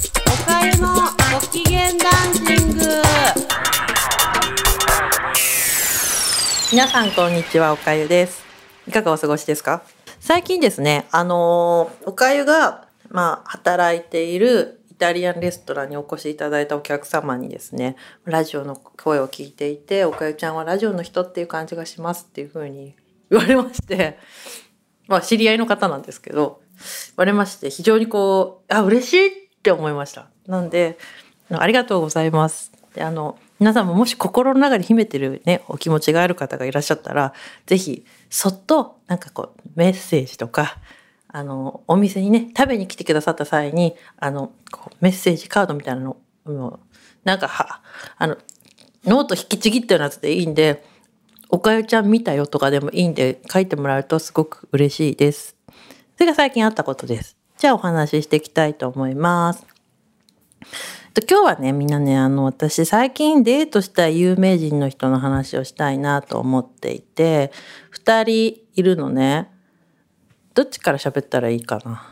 おかゆのご機嫌ダンシング。皆さんこんにちは、おかゆです。いかがお過ごしですか？最近ですね、おかゆが働いているイタリアンレストランにお越しいただいたお客様にですね、ラジオの声を聞いていて、おかゆちゃんはラジオの人っていう感じがしますっていう風に言われまして、知り合いの方なんですけど、言われまして、非常に嬉しいって思いました。なんで、ありがとうございます。で、皆さんももし心の中に秘めてるね、お気持ちがある方がいらっしゃったら、ぜひ、そっと、メッセージとか、お店にね、食べに来てくださった際に、メッセージカードみたいなの、ノート引きちぎったようなやつでいいんで、おかゆちゃん見たよとかでもいいんで、書いてもらうとすごく嬉しいです。それが最近あったことです。じゃあお話ししていきたいと思います。今日はね、みんなね、私最近デートした有名人の人の話をしたいなと思っていて、2人いるのね。どっちから喋ったらいいかな。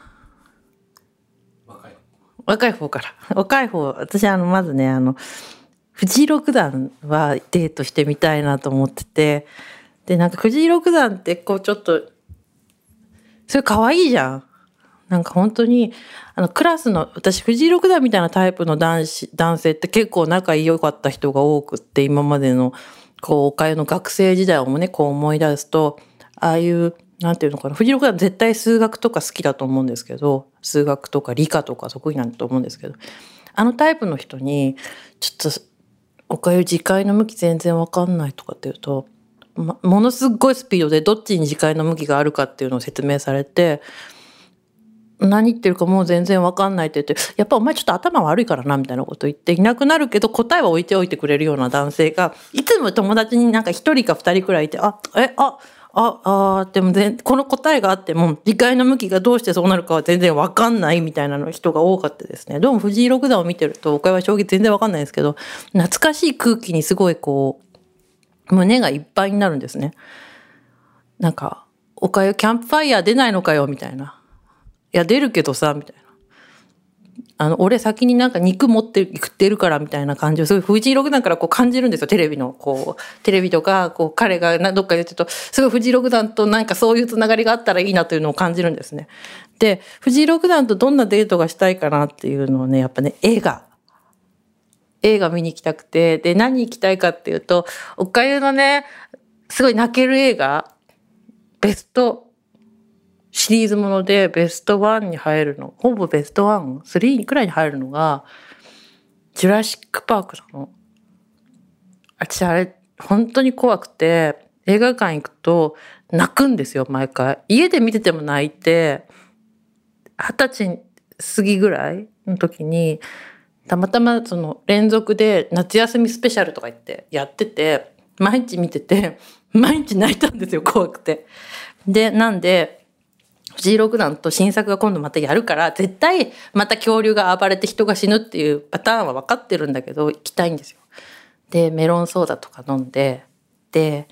若い方から。若い方、私まずね、藤井六段はデートしてみたいなと思ってて、で、藤井六段ってちょっと、それ可愛いじゃん。本当に、クラスの、私、藤井六段みたいなタイプの男性って結構仲良かった人が多くって、今までの、おかゆの学生時代もね、思い出すと、ああいう、なんていうのかな、藤井六段絶対数学とか好きだと思うんですけど、数学とか理科とか得意なんだと思うんですけど、あのタイプの人に、ちょっと、おかゆ自戒の向き全然わかんないとかっていうと、ものすごいスピードでどっちに自戒の向きがあるかっていうのを説明されて、何言ってるかもう全然わかんないって言って、やっぱお前ちょっと頭悪いからなみたいなこと言っていなくなるけど、答えは置いておいてくれるような男性が、いつも友達に一人か二人くらいいて、でもこの答えがあっても、自戒の向きがどうしてそうなるかは全然わかんないみたいなの人が多かったですね。でも藤井六段を見てると、おかゆは将棋全然わかんないですけど、懐かしい空気にすごい胸がいっぱいになるんですね。おかゆキャンプファイヤー出ないのかよみたいな。いや、出るけどさ、みたいな。俺先に肉持って食ってるからみたいな感じを、すごい藤井六段から感じるんですよ。テレビとか、彼がどっかで言ってると、すごい藤井六段とそういうつながりがあったらいいなというのを感じるんですね。で、藤井六段とどんなデートがしたいかなっていうのをね、やっぱね、映画見に行きたくて、で、何行きたいかっていうと、おかゆのね、すごい泣ける映画、ベストシリーズものでベスト1に入るの、ほぼベスト1、3くらいに入るのが、ジュラシックパークなの。私あれ、本当に怖くて、映画館行くと泣くんですよ、毎回。家で見てても泣いて、20歳過ぎぐらいの時に、たまたま連続で夏休みスペシャルとか言ってやってて、毎日見てて、毎日泣いたんですよ、怖くて。で、なんで、藤井六段と新作が今度またやるから、絶対また恐竜が暴れて人が死ぬっていうパターンは分かってるんだけど、行きたいんですよ。で、メロンソーダとか飲んで、で、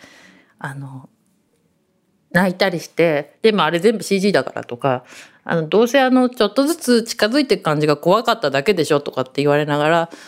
泣いたりして、でもあれ全部 CG だからとか、どうせちょっとずつ近づいていく感じが怖かっただけでしょとかって言われながら、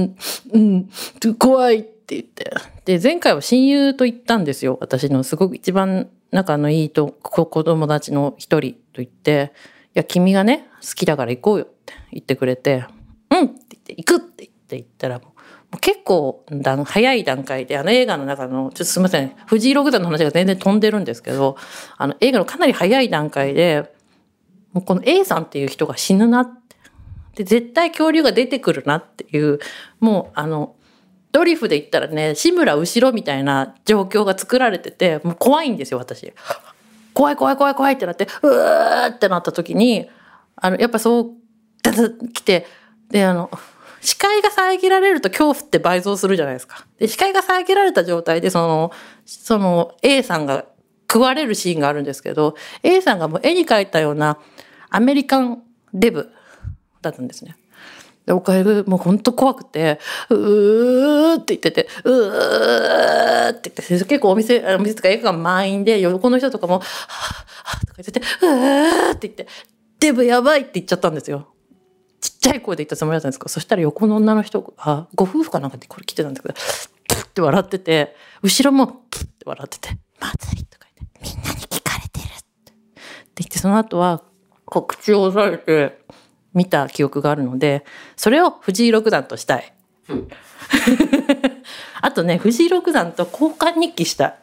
怖いって言って。で、前回は親友と行ったんですよ。私のすごく一番仲のいい子供たちの一人と言って、いや、君がね、好きだから行こうよって言ってくれて、うんって言って、行くって言ったら、もう結構早い段階で、映画の中の、ちょっとすみません、藤井六段の話が全然飛んでるんですけど、映画のかなり早い段階で、もうこの A さんっていう人が死ぬなって。で、絶対恐竜が出てくるなっていう、もうドリフで言ったらね、志村後ろみたいな状況が作られてて、もう怖いんですよ、私。怖いってなって、うーってなった時に、やっぱそう、来て、で、視界が遮られると恐怖って倍増するじゃないですか。で、視界が遮られた状態で、A さんが食われるシーンがあるんですけど、A さんがもう絵に描いたようなアメリカンデブだったんですね。で、おかゆがもうほんと怖くて、って言ってて、って言って、結構お店とか映画館満員で、横の人とかも、とか言ってて、って言って、デブやばいって言っちゃったんですよ。ちっちゃい声で言ったつもりだったんですけど、そしたら横の女の人がご夫婦かなんかでこれ来てたんですけど、プッって笑ってて、後ろもプッって笑ってて、まずいとか言って、みんなに聞かれてるって言って、その後はこう口を押さえて見た記憶があるので、それを藤井六段としたい。あとね、藤井六段と交換日記したい。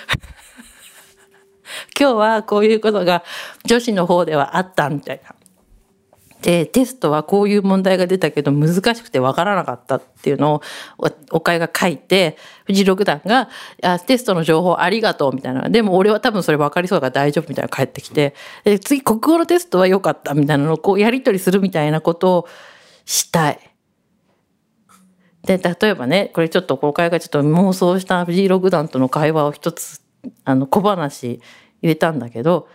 今日はこういうことが女子の方ではあったみたいな。で、テストはこういう問題が出たけど難しくてわからなかったっていうのをおかゆが書いて、藤井六段がテストの情報ありがとうみたいな。でも俺は多分それ分かりそうだから大丈夫みたいなの返ってきて、で次国語のテストは良かったみたいなのをこうやり取りするみたいなことをしたい。で、例えばね、これちょっとおかゆがちょっと妄想した藤井六段との会話を一つ小話入れたんだけど、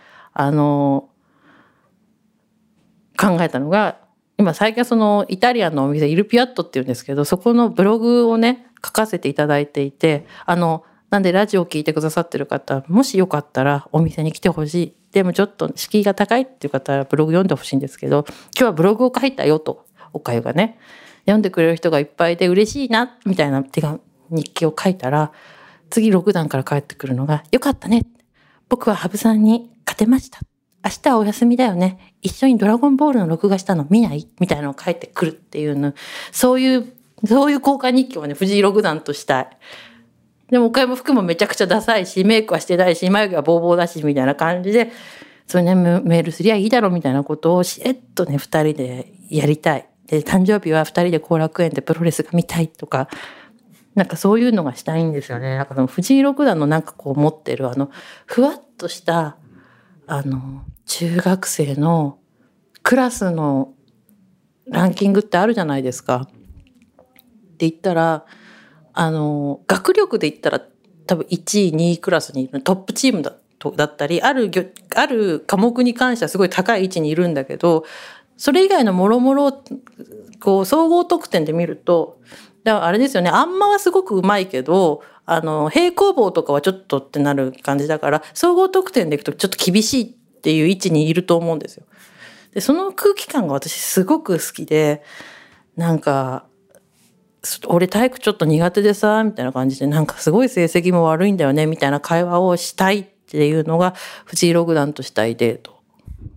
考えたのが、今最近はそのイタリアンのお店イルピアットっていうんですけど、そこのブログをね書かせていただいていて、なんでラジオを聞いてくださってる方、もしよかったらお店に来てほしい、でもちょっと敷居が高いっていう方はブログ読んでほしいんですけど、今日はブログを書いたよと、おかゆがね読んでくれる人がいっぱいで嬉しいなみたいな日記を書いたら、次6段から返ってくるのが、よかったね、僕は羽生さんに勝てました、明日はお休みだよね、一緒にドラゴンボールの録画したの見ない？みたいなのを書いてくるっていうの、そういう交換日記をね、藤井六段としたい。でも岡山服もめちゃくちゃダサいし、メイクはしてないし、眉毛はボーボーだしみたいな感じで、それね、メールすりゃいいだろみたいなことをしれっとね、二人でやりたい。で、誕生日は二人で後楽園でプロレスが見たいとか、なんかそういうのがしたいんですよね。なんかその藤井六段のなんかこう持ってるふわっとした中学生のクラスのランキングってあるじゃないですか。って言ったら学力で言ったら多分1位2位クラスにいるトップチームだったり、ある科目に関してはすごい高い位置にいるんだけど、それ以外のもろもろこう総合得点で見ると、だからあれですよね、あんまはすごくうまいけど平行棒とかはちょっとってなる感じだから、総合得点でいくとちょっと厳しいっていう位置にいると思うんですよ。でその空気感が私すごく好きで、なんか俺体育ちょっと苦手でさみたいな感じで、なんかすごい成績も悪いんだよねみたいな会話をしたいっていうのが藤井六段としたいデート。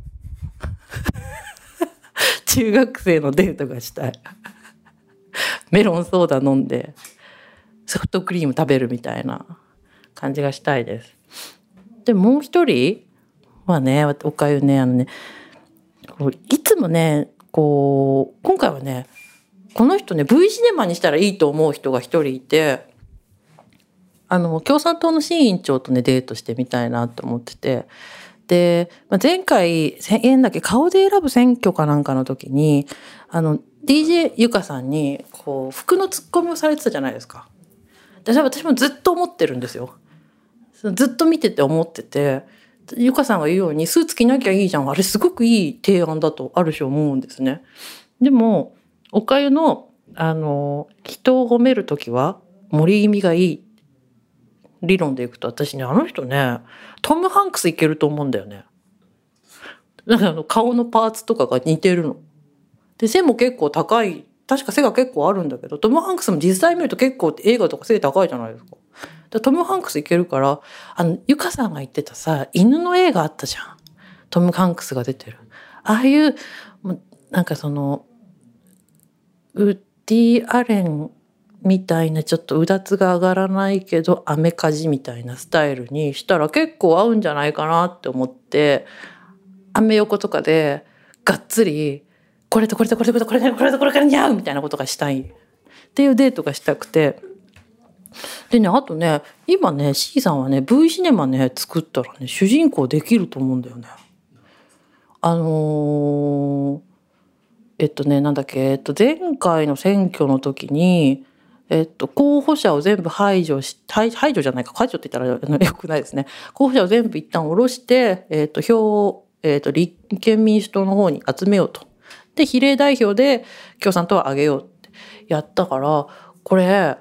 中学生のデートがしたい。メロンソーダ飲んでソフトクリーム食べるみたいな感じがしたいです。でもう一人はね、おかゆね、いつもねこう今回はね、この人ね V シネマにしたらいいと思う人が一人いて、共産党の新委員長とねデートしてみたいなと思ってて、で、前回顔で選ぶ選挙かなんかの時にDJ ゆかさんにこう服のツッコミをされてたじゃないですか。で私もずっと思ってるんですよ。ずっと見てて思ってて、ゆかさんが言うようにスーツ着なきゃいいじゃん、あれすごくいい提案だとある種思うんですね。でもおかゆの人を褒めるときは森意味がいい理論でいくと、私ね人ねトム・ハンクスいけると思うんだよね。なんか顔のパーツとかが似てるので、背も結構高い、確か背が結構あるんだけど、トム・ハンクスも実際見ると結構映画とか背高いじゃないですか。でトム・ハンクスいけるから、ゆかさんが言ってたさ犬の映画あったじゃん、トム・ハンクスが出てる、ああいうなんかウッディ・アレンみたいなちょっとうだつが上がらないけどアメカジみたいなスタイルにしたら結構合うんじゃないかなって思って、アメ横とかでがっつりこれとこれとこれとこれとこれとこれとこれから似合うみたいなことがしたいっていうデートがしたくて、でね、あとね今ね C さんはね V シネマね作ったらね主人公できると思うんだよね。なんだっけ、前回の選挙の時に、候補者を全部排除じゃないか、排除って言ったらよくないですね。候補者を全部一旦下ろして、票立憲民主党の方に集めようと。で、比例代表で共産党を上げようってやったから、これ、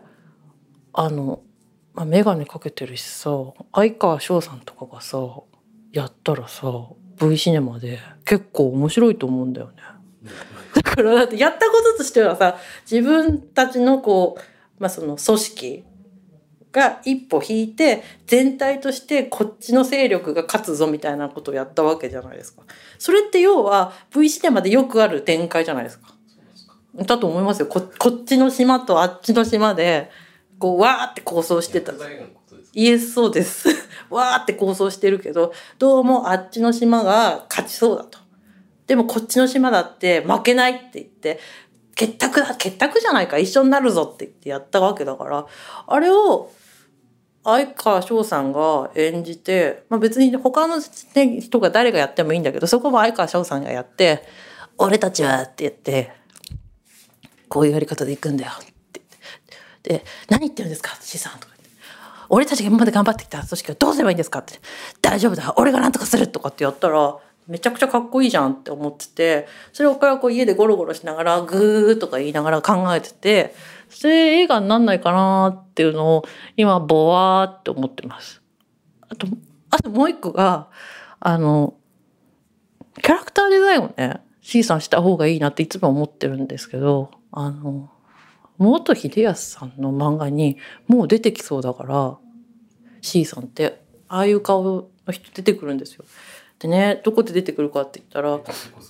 メガネかけてるしさ、相川翔さんとかがさ、やったらさ、V シネマで結構面白いと思うんだよね。 だからだってやったこととしてはさ、自分たちのこう、その組織が一歩引いて全体としてこっちの勢力が勝つぞみたいなことをやったわけじゃないですか。それって要は V シネマでよくある展開じゃないですか。だと思いますよ。こっちの島とあっちの島でこうわーって構想してた。イエス、そうですわーって構想してるけど、どうもあっちの島が勝ちそうだと。でもこっちの島だって負けないって言って結託じゃないか、一緒になるぞって言ってやったわけだから、あれを相川翔さんが演じて、別に他の人が誰がやってもいいんだけど、そこも相川翔さんがやって「俺たちは」って言って「こういうやり方で行くんだよ」って言って、で「何言ってるんですかCさん」とか言って「俺たちが今まで頑張ってきた組織はどうすればいいんですか」って「大丈夫だ、俺が何とかする」とかってやったらめちゃくちゃかっこいいじゃんって思ってて、それからこう家でゴロゴロしながらグーとか言いながら考えてて、それ映画になんないかなっていうのを今ボワーって思ってます。あともう一個がキャラクターデザインをね C さんした方がいいなっていつも思ってるんですけど、元秀康さんの漫画にもう出てきそうだから C さんってああいう顔の人出てくるんですよ。でね、どこで出てくるかって言ったら、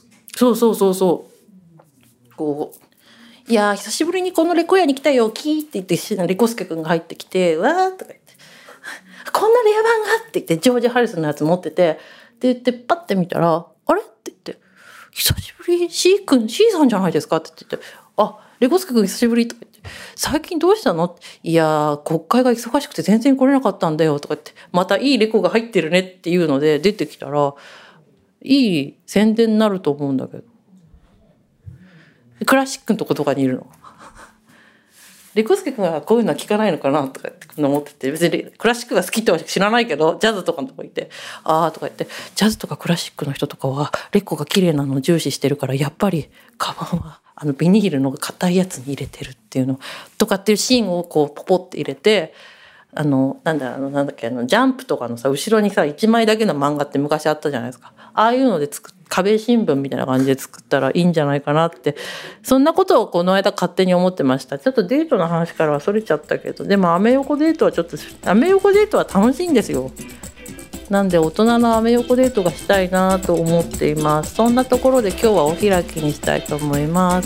そうこう「いや久しぶりにこのレコ屋に来たよキー」って言ってレコスケ君が入ってきて「わー」とか言って「こんなレア版が」って言ってジョージ・ハリスのやつ持ってて、で言ってパッて見たら「あれ?」って言って「久しぶり C さんじゃないですか」って言って「あ、レコスケ君久しぶり」とか言って「最近どうしたの?」いや国会が忙しくて全然来れなかったんだよ」とか言って、またいいレコが入ってるねっていうので出てきたらいい宣伝になると思うんだけど、クラシックのとかにいるのレコスケ君がこういうのは聞かないのかなとかって思ってて、別にクラシックが好きとは知らないけどジャズとかのとこ行って「ああ」とか言って、ジャズとかクラシックの人とかはレコが綺麗なのを重視してるから、やっぱりカバンはビニールの硬いやつに入れてるっていうのとかっていうシーンをこうポポって入れて、なんだっけジャンプとかのさ後ろにさ1枚だけの漫画って昔あったじゃないですか。ああいうので壁新聞みたいな感じで作ったらいいんじゃないかなって、そんなことをこの間勝手に思ってました。ちょっとデートの話からはそれちゃったけど、でもアメ横デートは楽しいんですよ。なんで大人のアメ横デートがしたいなと思っています。そんなところで今日はお開きにしたいと思います。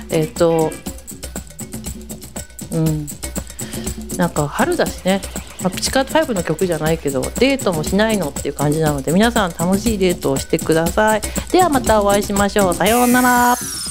なんか春だしね、ピチカート5の曲じゃないけどデートもしないのっていう感じなので、皆さん楽しいデートをしてください。ではまたお会いしましょう。さようなら。